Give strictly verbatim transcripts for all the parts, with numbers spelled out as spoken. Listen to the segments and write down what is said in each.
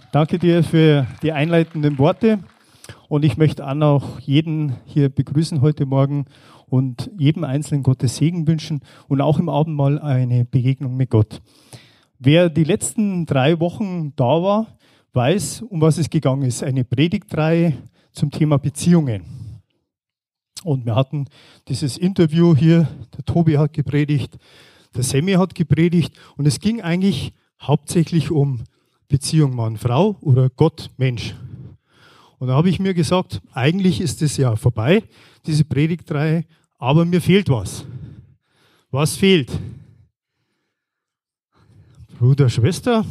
Danke dir für die einleitenden Worte. Und ich möchte auch noch jeden hier begrüßen heute Morgen und jedem Einzelnen Gottes Segen wünschen und auch im Abendmahl eine Begegnung mit Gott. Wer die letzten drei Wochen da war, weiß, um was es gegangen ist. Eine Predigtreihe zum Thema Beziehungen. Und wir hatten dieses Interview hier, der Tobi hat gepredigt, der Semmi hat gepredigt und es ging eigentlich hauptsächlich um Beziehung Mann-Frau oder Gott-Mensch. Und da habe ich mir gesagt, eigentlich ist es ja vorbei, diese Predigtreihe, aber mir fehlt was. Was fehlt? Bruder, Schwester?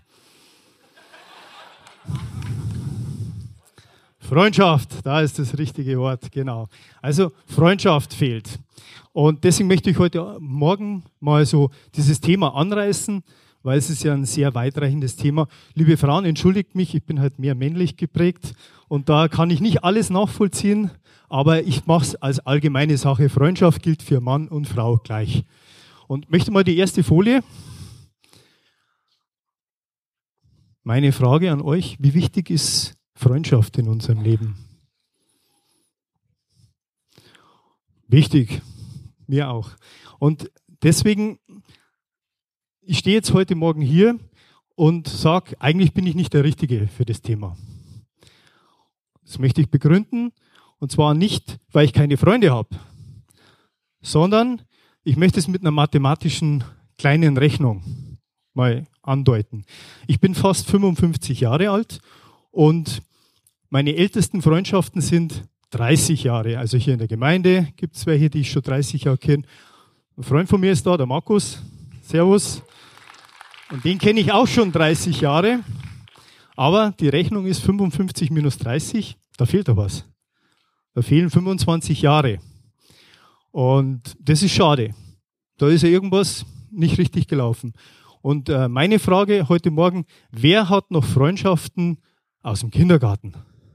Freundschaft, da ist das richtige Wort, genau. Also Freundschaft fehlt. Und deswegen möchte ich heute Morgen mal so dieses Thema anreißen, weil es ist ja ein sehr weitreichendes Thema. Liebe Frauen, entschuldigt mich, ich bin halt mehr männlich geprägt und da kann ich nicht alles nachvollziehen, aber ich mache es als allgemeine Sache. Freundschaft gilt für Mann und Frau gleich. Und möchte mal die erste Folie. Meine Frage an euch, wie wichtig ist Freundschaft in unserem Leben? Wichtig, mir auch. Und deswegen, ich stehe jetzt heute Morgen hier und sage, eigentlich bin ich nicht der Richtige für das Thema. Das möchte ich begründen. Und zwar nicht, weil ich keine Freunde habe, sondern ich möchte es mit einer mathematischen kleinen Rechnung mal andeuten. Ich bin fast fünfundfünfzig Jahre alt und meine ältesten Freundschaften sind dreißig Jahre. Also hier in der Gemeinde gibt es welche, die ich schon dreißig Jahre kenne. Ein Freund von mir ist da, der Markus. Servus. Und den kenne ich auch schon dreißig Jahre. Aber die Rechnung ist fünfundfünfzig minus dreißig. Da fehlt da was. Da fehlen fünfundzwanzig Jahre. Und das ist schade. Da ist ja irgendwas nicht richtig gelaufen. Und äh, meine Frage heute Morgen, wer hat noch Freundschaften aus dem Kindergarten?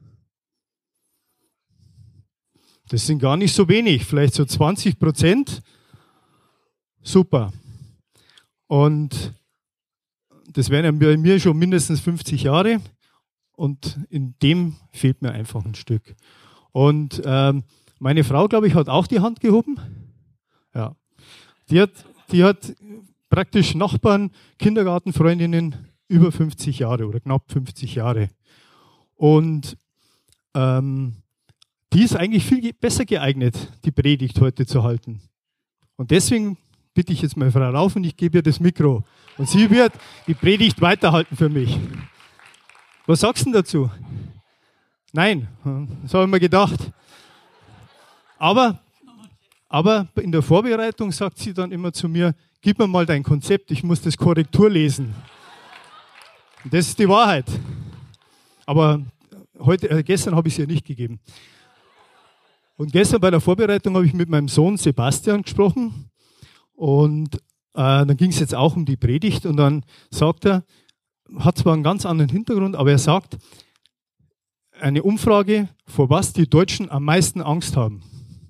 Das sind gar nicht so wenig, vielleicht so zwanzig Prozent. Super. Und das wären ja bei mir schon mindestens fünfzig Jahre. Und in dem fehlt mir einfach ein Stück. Und ähm, meine Frau, glaube ich, hat auch die Hand gehoben. Ja. Die hat, die hat praktisch Nachbarn, Kindergartenfreundinnen über fünfzig Jahre oder knapp fünfzig Jahre. Und ähm, die ist eigentlich viel besser geeignet, die Predigt heute zu halten. Und deswegen bitte ich jetzt meine Frau rauf und ich gebe ihr das Mikro. Und sie wird die Predigt weiterhalten für mich. Was sagst du denn dazu? Nein, das habe ich mir gedacht. Aber, aber in der Vorbereitung sagt sie dann immer zu mir, gib mir mal dein Konzept, ich muss das Korrektur lesen. Und das ist die Wahrheit. Aber heute, äh, gestern habe ich es ihr nicht gegeben. Und gestern bei der Vorbereitung habe ich mit meinem Sohn Sebastian gesprochen und äh, dann ging es jetzt auch um die Predigt und dann sagt er, hat zwar einen ganz anderen Hintergrund, aber er sagt, eine Umfrage, vor was die Deutschen am meisten Angst haben.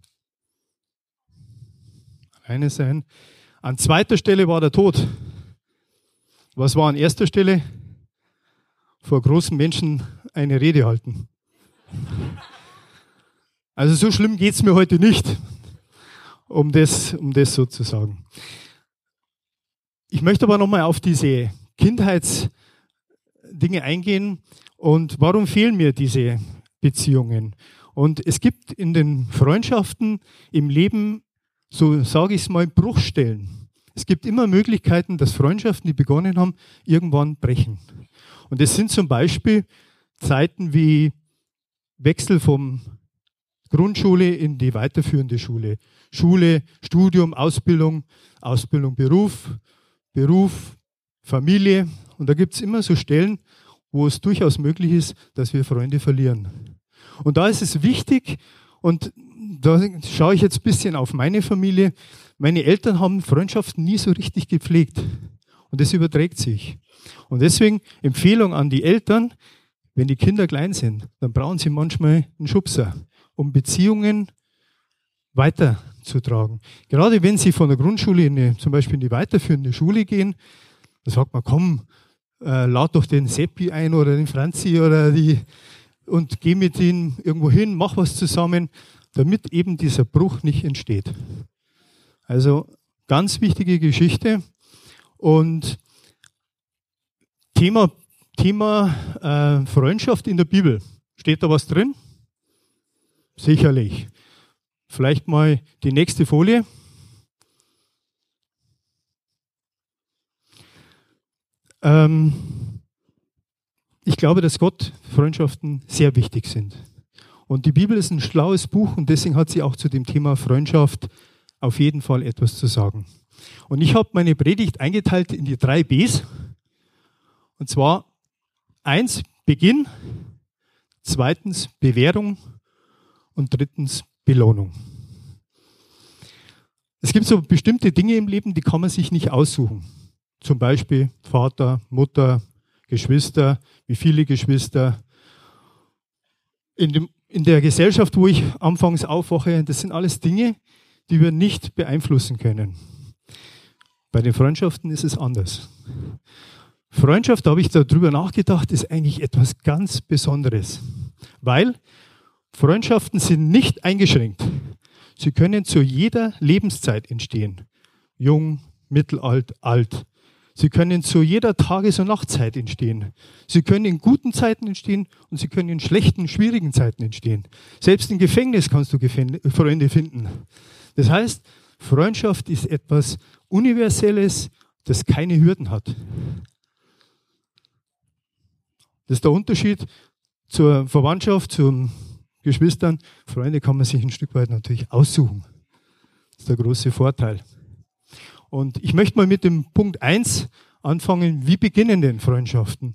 Eine sein. An zweiter Stelle war der Tod. Was war an erster Stelle? Vor großen Menschen eine Rede halten. Also so schlimm geht es mir heute nicht, um das, um das so zu sagen. Ich möchte aber nochmal auf diese Kindheitsdinge eingehen und warum fehlen mir diese Beziehungen? Und es gibt in den Freundschaften im Leben, so sage ich es mal, Bruchstellen. Es gibt immer Möglichkeiten, dass Freundschaften, die begonnen haben, irgendwann brechen. Und das sind zum Beispiel Zeiten wie Wechsel vom Grundschule in die weiterführende Schule. Schule, Studium, Ausbildung, Ausbildung, Beruf, Beruf, Familie. Und da gibt es immer so Stellen, wo es durchaus möglich ist, dass wir Freunde verlieren. Und da ist es wichtig, und da schaue ich jetzt ein bisschen auf meine Familie. Meine Eltern haben Freundschaften nie so richtig gepflegt. Und das überträgt sich. Und deswegen Empfehlung an die Eltern, wenn die Kinder klein sind, dann brauchen sie manchmal einen Schubser, um Beziehungen weiterzutragen. Gerade wenn sie von der Grundschule in eine, zum Beispiel in die weiterführende Schule gehen, da sagt man, komm, äh, lad doch den Seppi ein oder den Franzi oder die und geh mit ihnen irgendwo hin, mach was zusammen, damit eben dieser Bruch nicht entsteht. Also ganz wichtige Geschichte. Und Thema, Thema äh, Freundschaft in der Bibel. Steht da was drin? Sicherlich. Vielleicht mal die nächste Folie. Ähm, ich glaube, dass Gott Freundschaften sehr wichtig sind. Und die Bibel ist ein schlaues Buch und deswegen hat sie auch zu dem Thema Freundschaft auf jeden Fall etwas zu sagen. Und ich habe meine Predigt eingeteilt in die drei Bs. Und zwar eins, Beginn, zweitens, Bewährung und drittens, Belohnung. Es gibt so bestimmte Dinge im Leben, die kann man sich nicht aussuchen. Zum Beispiel Vater, Mutter, Geschwister, wie viele Geschwister. In, dem, in der Gesellschaft, wo ich anfangs aufwache, das sind alles Dinge, die wir nicht beeinflussen können. Bei den Freundschaften ist es anders. Freundschaft, da habe ich darüber nachgedacht, ist eigentlich etwas ganz Besonderes. Weil Freundschaften sind nicht eingeschränkt. Sie können zu jeder Lebenszeit entstehen. Jung, mittelalt, alt. Sie können zu jeder Tages- und Nachtzeit entstehen. Sie können in guten Zeiten entstehen und sie können in schlechten, schwierigen Zeiten entstehen. Selbst im Gefängnis kannst du Freunde finden. Das heißt, Freundschaft ist etwas Universelles, das keine Hürden hat. Das ist der Unterschied zur Verwandtschaft, zu Geschwistern. Freunde kann man sich ein Stück weit natürlich aussuchen. Das ist der große Vorteil. Und ich möchte mal mit dem Punkt eins anfangen. Wie beginnen denn Freundschaften?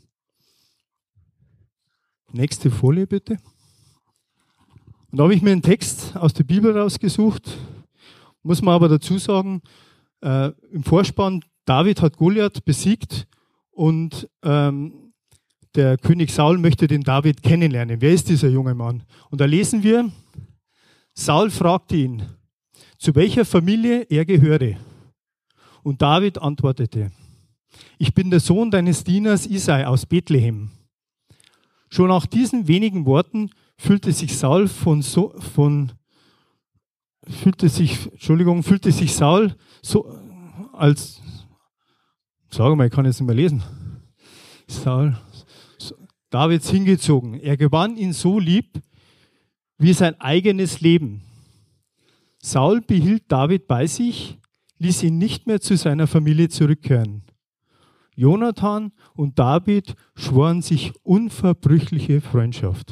Nächste Folie bitte. Und da habe ich mir einen Text aus der Bibel rausgesucht. Muss man aber dazu sagen, äh, im Vorspann, David hat Goliath besiegt und ähm, der König Saul möchte den David kennenlernen. Wer ist dieser junge Mann? Und da lesen wir, Saul fragte ihn, zu welcher Familie er gehöre. Und David antwortete, ich bin der Sohn deines Dieners Isai aus Bethlehem. Schon nach diesen wenigen Worten fühlte sich Saul von so, von, fühlte sich, Entschuldigung, fühlte sich Saul so als, sag mal, ich kann jetzt nicht mehr lesen, Saul, Davids hingezogen. Er gewann ihn so lieb wie sein eigenes Leben. Saul behielt David bei sich, ließ ihn nicht mehr zu seiner Familie zurückkehren. Jonathan und David schworen sich unverbrüchliche Freundschaft.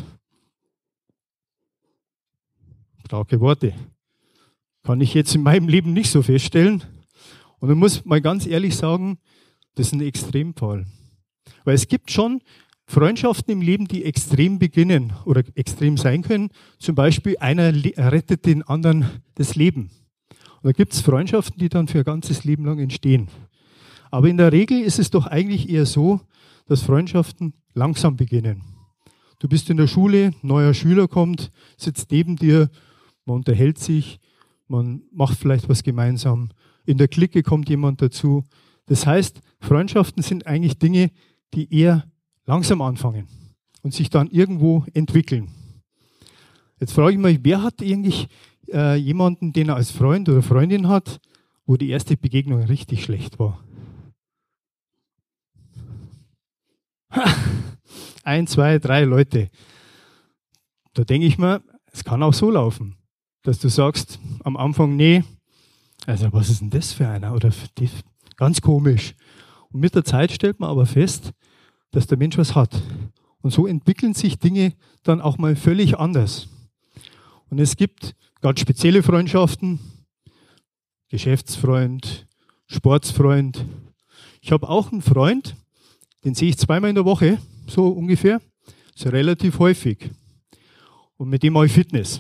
Starke Worte. Kann ich jetzt in meinem Leben nicht so feststellen. Und ich muss mal ganz ehrlich sagen, das ist ein Extremfall. Weil es gibt schon Freundschaften im Leben, die extrem beginnen oder extrem sein können. Zum Beispiel einer rettet den anderen das Leben. Und da gibt es Freundschaften, die dann für ein ganzes Leben lang entstehen. Aber in der Regel ist es doch eigentlich eher so, dass Freundschaften langsam beginnen. Du bist in der Schule, ein neuer Schüler kommt, sitzt neben dir, man unterhält sich, man macht vielleicht was gemeinsam. In der Clique kommt jemand dazu. Das heißt, Freundschaften sind eigentlich Dinge, die eher langsam anfangen und sich dann irgendwo entwickeln. Jetzt frage ich mich, wer hat eigentlich äh, jemanden, den er als Freund oder Freundin hat, wo die erste Begegnung richtig schlecht war? Ein, zwei, drei Leute. Da denke ich mir, es kann auch so laufen, dass du sagst am Anfang, nee, also was ist denn das für einer? Oder die, ganz komisch. Und mit der Zeit stellt man aber fest, dass der Mensch was hat. Und so entwickeln sich Dinge dann auch mal völlig anders. Und es gibt ganz spezielle Freundschaften, Geschäftsfreund, Sportsfreund. Ich habe auch einen Freund, den sehe ich zweimal in der Woche, so ungefähr, so relativ häufig. Und mit dem mache ich Fitness.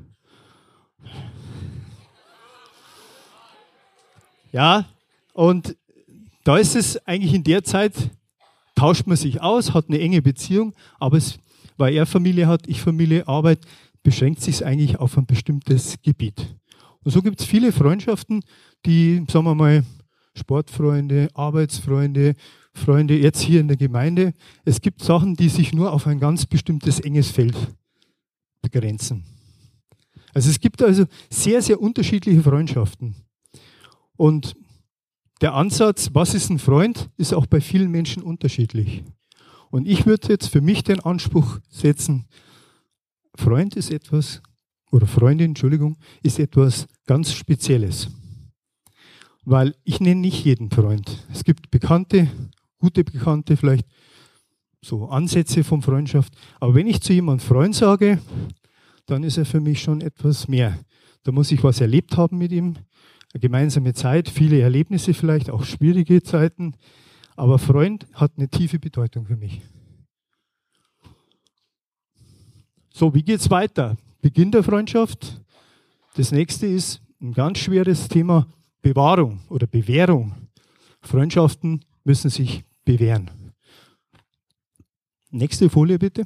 Ja, und da ist es eigentlich in der Zeit, tauscht man sich aus, hat eine enge Beziehung, aber es, weil er Familie hat, ich Familie, Arbeit, beschränkt sich eigentlich auf ein bestimmtes Gebiet. Und so gibt es viele Freundschaften, die, sagen wir mal, Sportfreunde, Arbeitsfreunde, Freunde, jetzt hier in der Gemeinde, es gibt Sachen, die sich nur auf ein ganz bestimmtes enges Feld begrenzen. Also es gibt also sehr, sehr unterschiedliche Freundschaften. Und der Ansatz, was ist ein Freund, ist auch bei vielen Menschen unterschiedlich. Und ich würde jetzt für mich den Anspruch setzen, Freund ist etwas, oder Freundin, Entschuldigung, ist etwas ganz Spezielles. Weil ich nenne nicht jeden Freund. Es gibt Bekannte, gute Bekannte, vielleicht so Ansätze von Freundschaft. Aber wenn ich zu jemandem Freund sage, dann ist er für mich schon etwas mehr. Da muss ich was erlebt haben mit ihm, eine gemeinsame Zeit, viele Erlebnisse vielleicht, auch schwierige Zeiten. Aber Freund hat eine tiefe Bedeutung für mich. So, wie geht es weiter? Beginn der Freundschaft. Das nächste ist ein ganz schweres Thema, Bewahrung oder Bewährung. Freundschaften müssen sich bewähren. Nächste Folie bitte.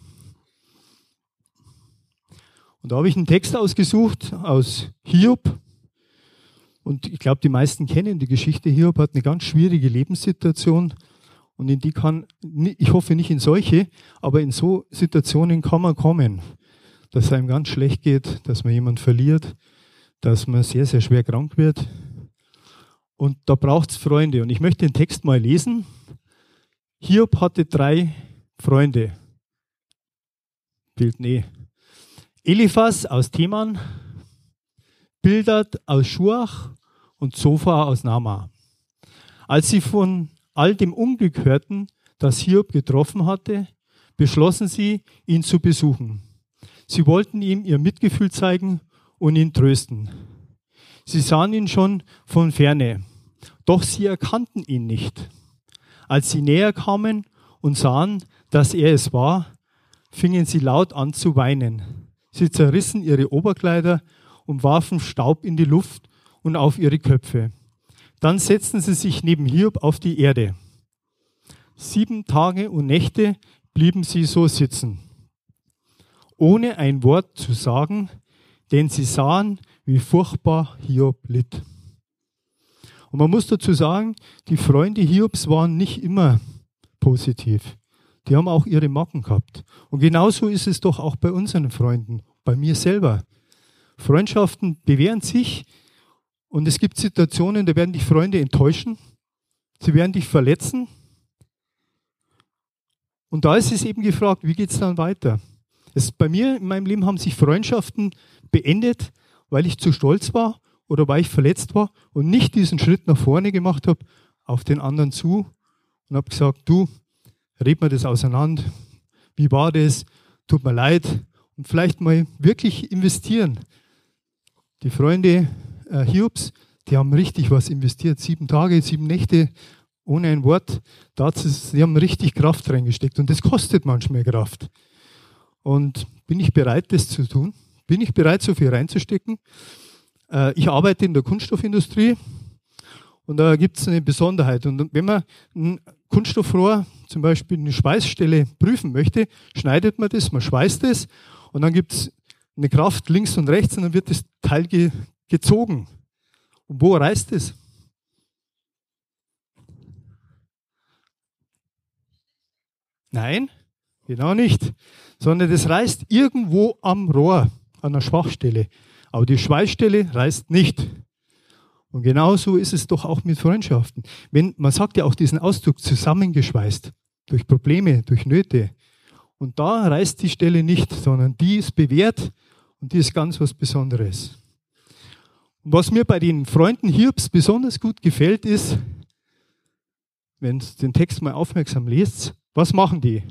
Und da habe ich einen Text ausgesucht aus Hiob. Und ich glaube, die meisten kennen die Geschichte. Hiob hat eine ganz schwierige Lebenssituation. Und in die kann, ich hoffe nicht in solche, aber in so Situationen kann man kommen. Dass es einem ganz schlecht geht, dass man jemanden verliert, dass man sehr, sehr schwer krank wird. Und da braucht es Freunde. Und ich möchte den Text mal lesen. Hiob hatte drei Freunde. Bild, nee. Eliphas aus Teman, Bildad aus Schuach und Zophar aus Nama. Als sie von all dem Unglück hörten, das Hiob getroffen hatte, beschlossen sie, ihn zu besuchen. Sie wollten ihm ihr Mitgefühl zeigen und ihn trösten. Sie sahen ihn schon von ferne, doch sie erkannten ihn nicht. Als sie näher kamen und sahen, dass er es war, fingen sie laut an zu weinen. Sie zerrissen ihre Oberkleider und warfen Staub in die Luft und auf ihre Köpfe. Dann setzten sie sich neben Hiob auf die Erde. Sieben Tage und Nächte blieben sie so sitzen, ohne ein Wort zu sagen, denn sie sahen, wie furchtbar Hiob litt. Und man muss dazu sagen, die Freunde Hiobs waren nicht immer positiv. Die haben auch ihre Macken gehabt. Und genauso ist es doch auch bei unseren Freunden, bei mir selber. Freundschaften bewähren sich und es gibt Situationen, da werden dich Freunde enttäuschen, sie werden dich verletzen. Und da ist es eben gefragt, wie geht es dann weiter? Es, bei mir in meinem Leben haben sich Freundschaften beendet, weil ich zu stolz war oder weil ich verletzt war und nicht diesen Schritt nach vorne gemacht habe, auf den anderen zu und habe gesagt, du, red mir das auseinander, wie war das, tut mir leid und vielleicht mal wirklich investieren. Die Freunde äh, Hiobs, die haben richtig was investiert, sieben Tage, sieben Nächte, ohne ein Wort, dazu, sie haben richtig Kraft reingesteckt und das kostet manchmal Kraft. Und bin ich bereit, das zu tun? Bin ich bereit, so viel reinzustecken? Äh, ich arbeite in der Kunststoffindustrie und da gibt es eine Besonderheit. Und wenn man ein Kunststoffrohr, zum Beispiel eine Schweißstelle, prüfen möchte, schneidet man das, man schweißt es und dann gibt es eine Kraft links und rechts und dann wird das Teil ge- gezogen. Und wo reißt es? Nein, genau nicht. Sondern das reißt irgendwo am Rohr, an der Schwachstelle. Aber die Schweißstelle reißt nicht. Und genauso ist es doch auch mit Freundschaften. Wenn, man sagt ja auch diesen Ausdruck, zusammengeschweißt, durch Probleme, durch Nöte. Und da reißt die Stelle nicht, sondern die ist bewährt und die ist ganz was Besonderes. Und was mir bei den Freunden Hiobs besonders gut gefällt, ist, wenn ihr den Text mal aufmerksam lest, was machen die?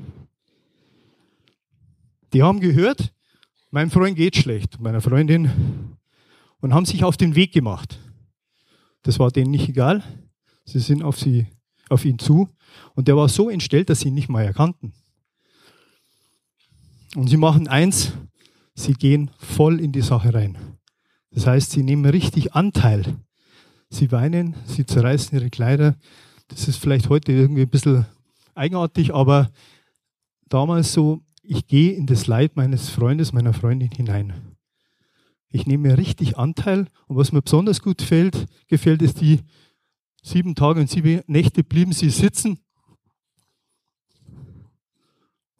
Die haben gehört, mein Freund geht schlecht, meiner Freundin, und haben sich auf den Weg gemacht. Das war denen nicht egal. Sie sind auf, sie, auf ihn zu und der war so entstellt, dass sie ihn nicht mal erkannten. Und sie machen eins, sie gehen voll in die Sache rein. Das heißt, sie nehmen richtig Anteil. Sie weinen, sie zerreißen ihre Kleider. Das ist vielleicht heute irgendwie ein bisschen eigenartig, aber damals so, ich gehe in das Leid meines Freundes, meiner Freundin hinein. Ich nehme mir richtig Anteil und was mir besonders gut gefällt, gefällt ist die sieben Tage und sieben Nächte blieben sie sitzen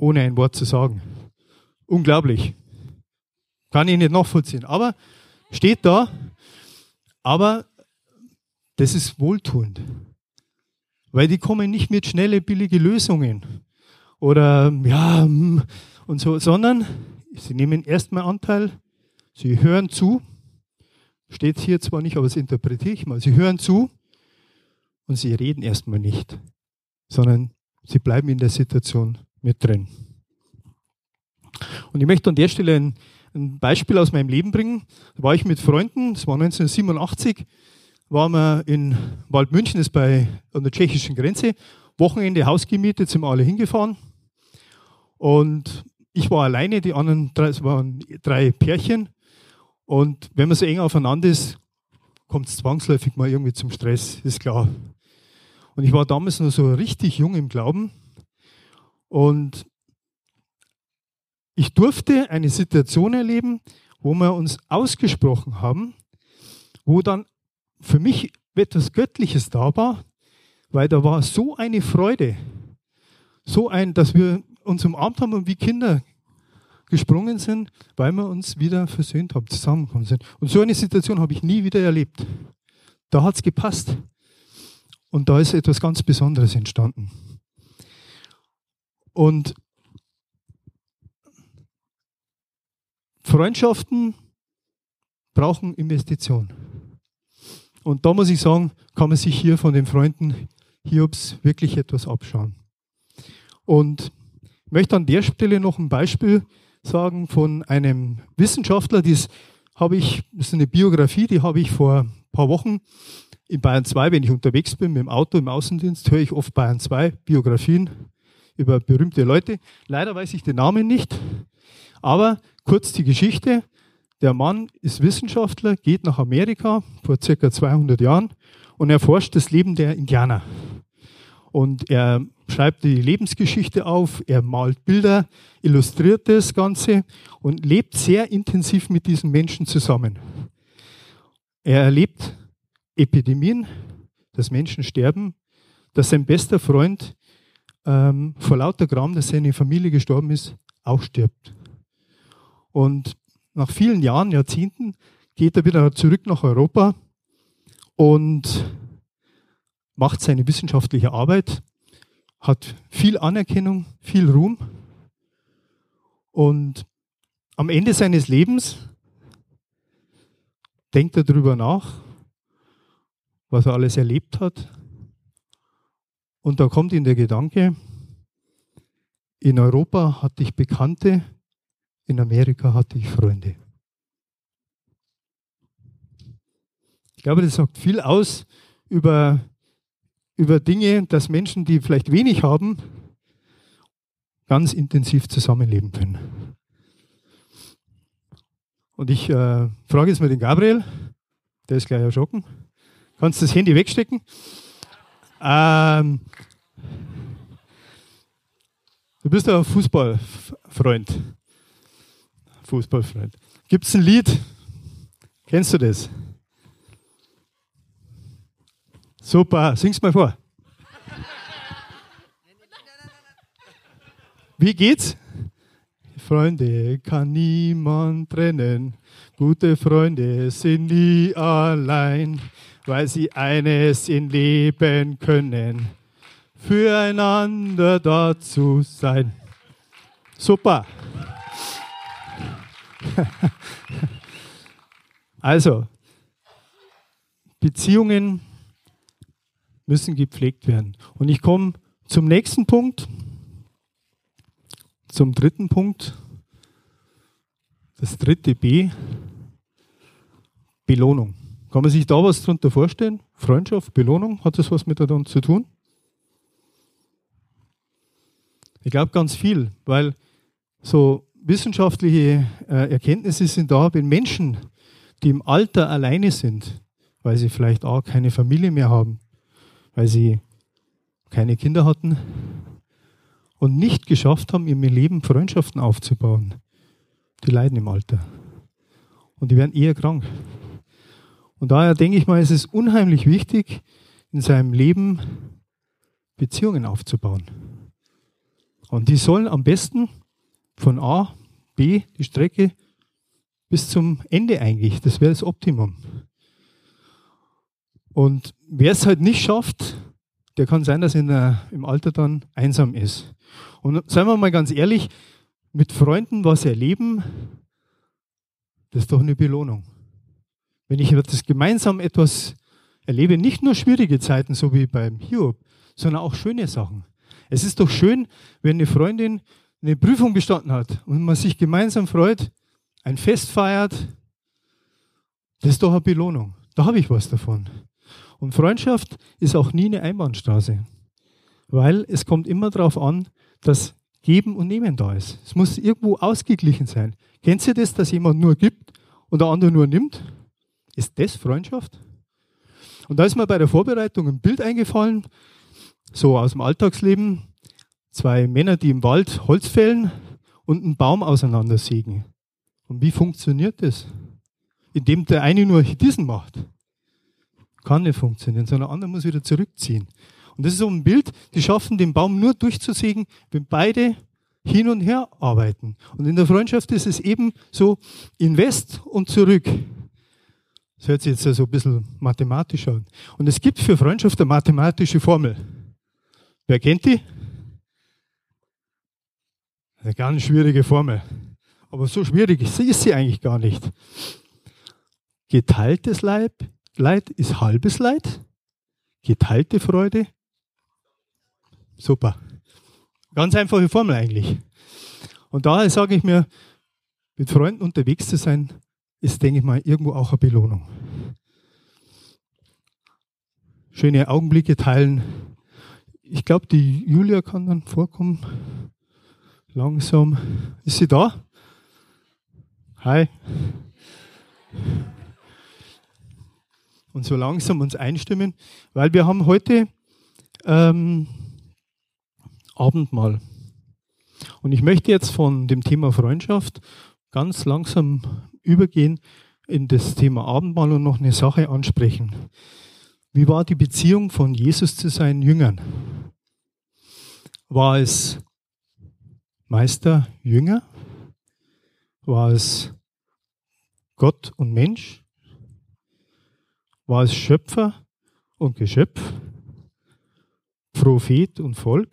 ohne ein Wort zu sagen. Unglaublich. Kann ich nicht nachvollziehen. Aber steht da, aber das ist wohltuend. Weil die kommen nicht mit schnelle, billige Lösungen oder ja und so, sondern sie nehmen erstmal Anteil, sie hören zu, steht hier zwar nicht, aber das interpretiere ich mal, sie hören zu und sie reden erstmal nicht, sondern sie bleiben in der Situation mit drin. Und ich möchte an der Stelle ein, ein Beispiel aus meinem Leben bringen. Da war ich mit Freunden, das war neunzehnhundertsiebenundachtzig, waren wir in Waldmünchen, das ist bei, an der tschechischen Grenze, Wochenende Haus gemietet, sind wir alle hingefahren. Und ich war alleine, die anderen drei, es waren drei Pärchen. Und wenn man so eng aufeinander ist, kommt es zwangsläufig mal irgendwie zum Stress, ist klar. Und ich war damals noch so richtig jung im Glauben. Und ich durfte eine Situation erleben, wo wir uns ausgesprochen haben, wo dann für mich etwas Göttliches da war, weil da war so eine Freude, so ein, dass wir uns umarmt haben und wie Kinder gesprungen sind, weil wir uns wieder versöhnt haben, zusammengekommen sind. Und so eine Situation habe ich nie wieder erlebt. Da hat es gepasst. Und da ist etwas ganz Besonderes entstanden. Und Freundschaften brauchen Investition. Und da muss ich sagen, kann man sich hier von den Freunden Hiobs wirklich etwas abschauen. Und ich möchte an der Stelle noch ein Beispiel sagen von einem Wissenschaftler, das habe ich, das ist eine Biografie, die habe ich vor ein paar Wochen in Bayern zwei, wenn ich unterwegs bin mit dem Auto im Außendienst, höre ich oft Bayern zwei Biografien über berühmte Leute. Leider weiß ich den Namen nicht, aber kurz die Geschichte. Der Mann ist Wissenschaftler, geht nach Amerika vor circa zweihundert Jahren und erforscht das Leben der Indianer. Und er schreibt die Lebensgeschichte auf, er malt Bilder, illustriert das Ganze und lebt sehr intensiv mit diesen Menschen zusammen. Er erlebt Epidemien, dass Menschen sterben, dass sein bester Freund ähm, vor lauter Gram, dass seine Familie gestorben ist, auch stirbt. Und nach vielen Jahren, Jahrzehnten, geht er wieder zurück nach Europa und macht seine wissenschaftliche Arbeit, hat viel Anerkennung, viel Ruhm. Und am Ende seines Lebens denkt er darüber nach, was er alles erlebt hat. Und da kommt ihm der Gedanke, in Europa hatte ich Bekannte, in Amerika hatte ich Freunde. Ich glaube, das sagt viel aus über, über Dinge, dass Menschen, die vielleicht wenig haben, ganz intensiv zusammenleben können. Und ich äh, frage jetzt mal den Gabriel, der ist gleich erschrocken. Kannst du das Handy wegstecken? Ähm, du bist ja ein Fußballfreund. Fußballfreund. Gibt es ein Lied? Kennst du das? Super, sing's mal vor. Wie geht's? Freunde kann niemand trennen. Gute Freunde sind nie allein, weil sie eines im Leben können, füreinander da zu sein. Super. Also, Beziehungen müssen gepflegt werden. Und ich komme zum nächsten Punkt, zum dritten Punkt. Das dritte B, Belohnung. Kann man sich da was darunter vorstellen? Freundschaft, Belohnung, hat das was miteinander zu tun? Ich glaube ganz viel, weil so wissenschaftliche äh, Erkenntnisse sind da, wenn Menschen, die im Alter alleine sind, weil sie vielleicht auch keine Familie mehr haben, weil sie keine Kinder hatten und nicht geschafft haben, in ihrem Leben Freundschaften aufzubauen, die leiden im Alter. Und die werden eher krank. Und daher denke ich mal, es ist unheimlich wichtig, in seinem Leben Beziehungen aufzubauen. Und die sollen am besten von A, B, die Strecke bis zum Ende eigentlich. Das wäre das Optimum. Und wer es halt nicht schafft, der kann sein, dass er in der, im Alter dann einsam ist. Und seien wir mal ganz ehrlich, mit Freunden was erleben, das ist doch eine Belohnung. Wenn ich das gemeinsam etwas erlebe, nicht nur schwierige Zeiten, so wie beim Hiob, sondern auch schöne Sachen. Es ist doch schön, wenn eine Freundin eine Prüfung bestanden hat und man sich gemeinsam freut, ein Fest feiert. Das ist doch eine Belohnung. Da habe ich was davon. Und Freundschaft ist auch nie eine Einbahnstraße, weil es kommt immer darauf an, dass Geben und Nehmen da ist. Es muss irgendwo ausgeglichen sein. Kennt ihr das, dass jemand nur gibt und der andere nur nimmt? Ist das Freundschaft? Und da ist mir bei der Vorbereitung ein Bild eingefallen, so aus dem Alltagsleben. Zwei Männer, die im Wald Holz fällen und einen Baum auseinandersägen. Und wie funktioniert das? Indem der eine nur diesen macht. Kann nicht funktionieren, sondern der andere muss wieder zurückziehen. Und das ist so ein Bild, die schaffen den Baum nur durchzusägen, wenn beide hin und her arbeiten. Und in der Freundschaft ist es eben so, Invest und zurück. Das hört sich jetzt so ein bisschen mathematisch an. Und es gibt für Freundschaft eine mathematische Formel. Wer kennt die? Eine ganz schwierige Formel. Aber so schwierig ist sie, ist sie eigentlich gar nicht. Geteiltes Leid, Leid ist halbes Leid. Geteilte Freude. Super. Ganz einfache Formel eigentlich. Und daher sage ich mir, mit Freunden unterwegs zu sein, ist, denke ich mal, irgendwo auch eine Belohnung. Schöne Augenblicke teilen. Ich glaube, die Julia kann dann vorkommen. Langsam. Ist sie da? Hi. Und so langsam uns einstimmen, weil wir haben heute ähm, Abendmahl. Und ich möchte jetzt von dem Thema Freundschaft ganz langsam übergehen in das Thema Abendmahl und noch eine Sache ansprechen. Wie war die Beziehung von Jesus zu seinen Jüngern? War es Meister, Jünger? War es Gott und Mensch? War es Schöpfer und Geschöpf? Prophet und Volk?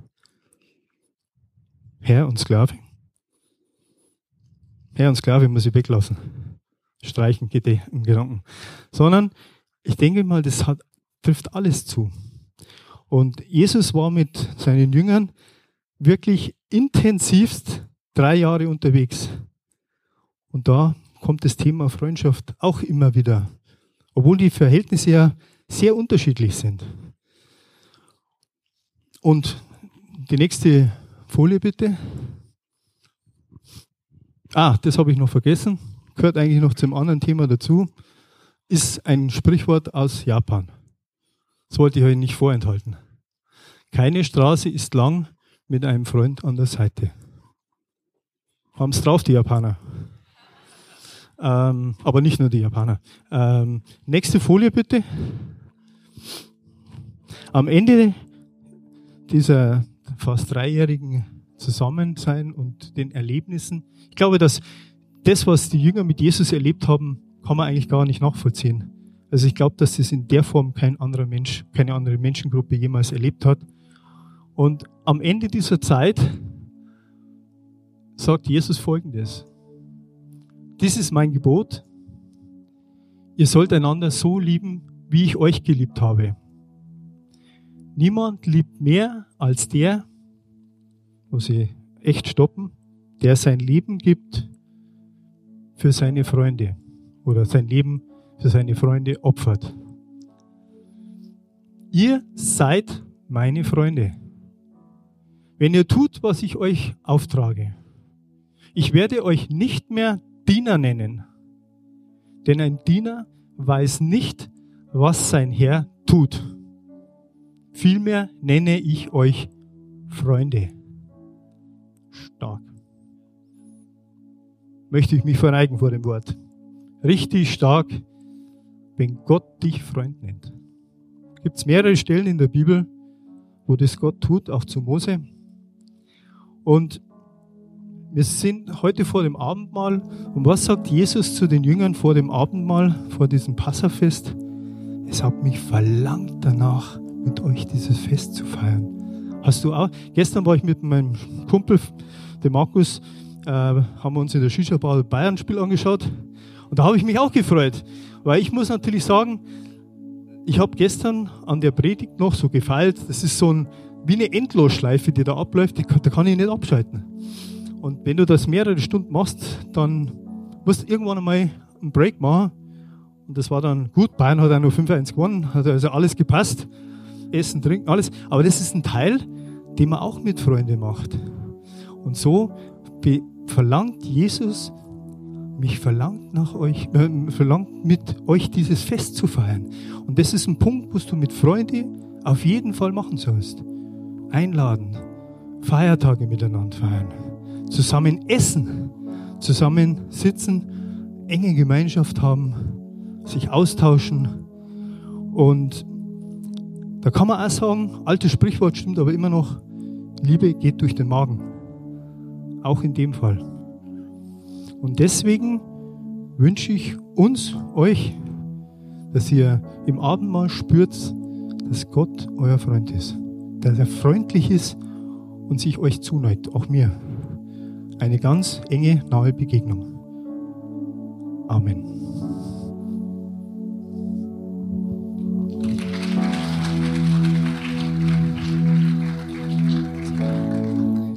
Herr und Sklave? Herr und Sklave muss ich weglassen. Streichen geht eh im Gedanken. Sondern ich denke mal, das hat, trifft alles zu. Und Jesus war mit seinen Jüngern wirklich intensivst drei Jahre unterwegs. Und da kommt das Thema Freundschaft auch immer wieder. Obwohl die Verhältnisse ja sehr unterschiedlich sind. Und die nächste Folie bitte. Ah, das habe ich noch vergessen. Gehört eigentlich noch zum anderen Thema dazu. Ist ein Sprichwort aus Japan. Das wollte ich euch nicht vorenthalten. Keine Straße ist lang mit einem Freund an der Seite. Haben es drauf, die Japaner. Ähm, aber nicht nur die Japaner. Ähm, nächste Folie bitte. Am Ende dieser fast dreijährigen Zusammensein und den Erlebnissen, ich glaube, dass das, was die Jünger mit Jesus erlebt haben, kann man eigentlich gar nicht nachvollziehen. Also ich glaube, dass das in der Form kein anderer Mensch, keine andere Menschengruppe jemals erlebt hat. Und am Ende dieser Zeit sagt Jesus Folgendes. Dies ist mein Gebot. Ihr sollt einander so lieben, wie ich euch geliebt habe. Niemand liebt mehr als der, muss ich echt stoppen, der sein Leben gibt für seine Freunde oder sein Leben für seine Freunde opfert. Ihr seid meine Freunde, wenn ihr tut, was ich euch auftrage. Ich werde euch nicht mehr Diener nennen, denn ein Diener weiß nicht, was sein Herr tut. Vielmehr nenne ich euch Freunde. Stark. Möchte ich mich verneigen vor dem Wort. Richtig stark, wenn Gott dich Freund nennt. Gibt es mehrere Stellen in der Bibel, wo das Gott tut, auch zu Mose. Und wir sind heute vor dem Abendmahl. Und was sagt Jesus zu den Jüngern vor dem Abendmahl, vor diesem Passafest? Es hat mich verlangt danach, mit euch dieses Fest zu feiern. Hast du auch? Gestern war ich mit meinem Kumpel, dem Markus, äh, haben wir uns in der Shisha-Bar Bayern-Spiel angeschaut. Und da habe ich mich auch gefreut. Weil ich muss natürlich sagen, ich habe gestern an der Predigt noch so gefeilt. Das ist so ein, wie eine Endlosschleife, die da abläuft. Die, da kann ich nicht abschalten. Und wenn du das mehrere Stunden machst, dann musst du irgendwann einmal einen Break machen. Und das war dann gut. Bayern hat auch noch fünf eins gewonnen. Hat also alles gepasst. Essen, trinken, alles. Aber das ist ein Teil, den man auch mit Freunden macht. Und so be- verlangt Jesus, mich verlangt nach euch, äh, verlangt mit euch dieses Fest zu feiern. Und das ist ein Punkt, was du mit Freunden auf jeden Fall machen sollst. Einladen, Feiertage miteinander feiern, zusammen essen, zusammen sitzen, enge Gemeinschaft haben, sich austauschen. Und da kann man auch sagen, altes Sprichwort stimmt aber immer noch, Liebe geht durch den Magen. Auch in dem Fall. Und deswegen wünsche ich uns, euch, dass ihr im Abendmahl spürt, dass Gott euer Freund ist. Dass er freundlich ist und sich euch zuneigt, auch mir. Eine ganz enge, nahe Begegnung. Amen.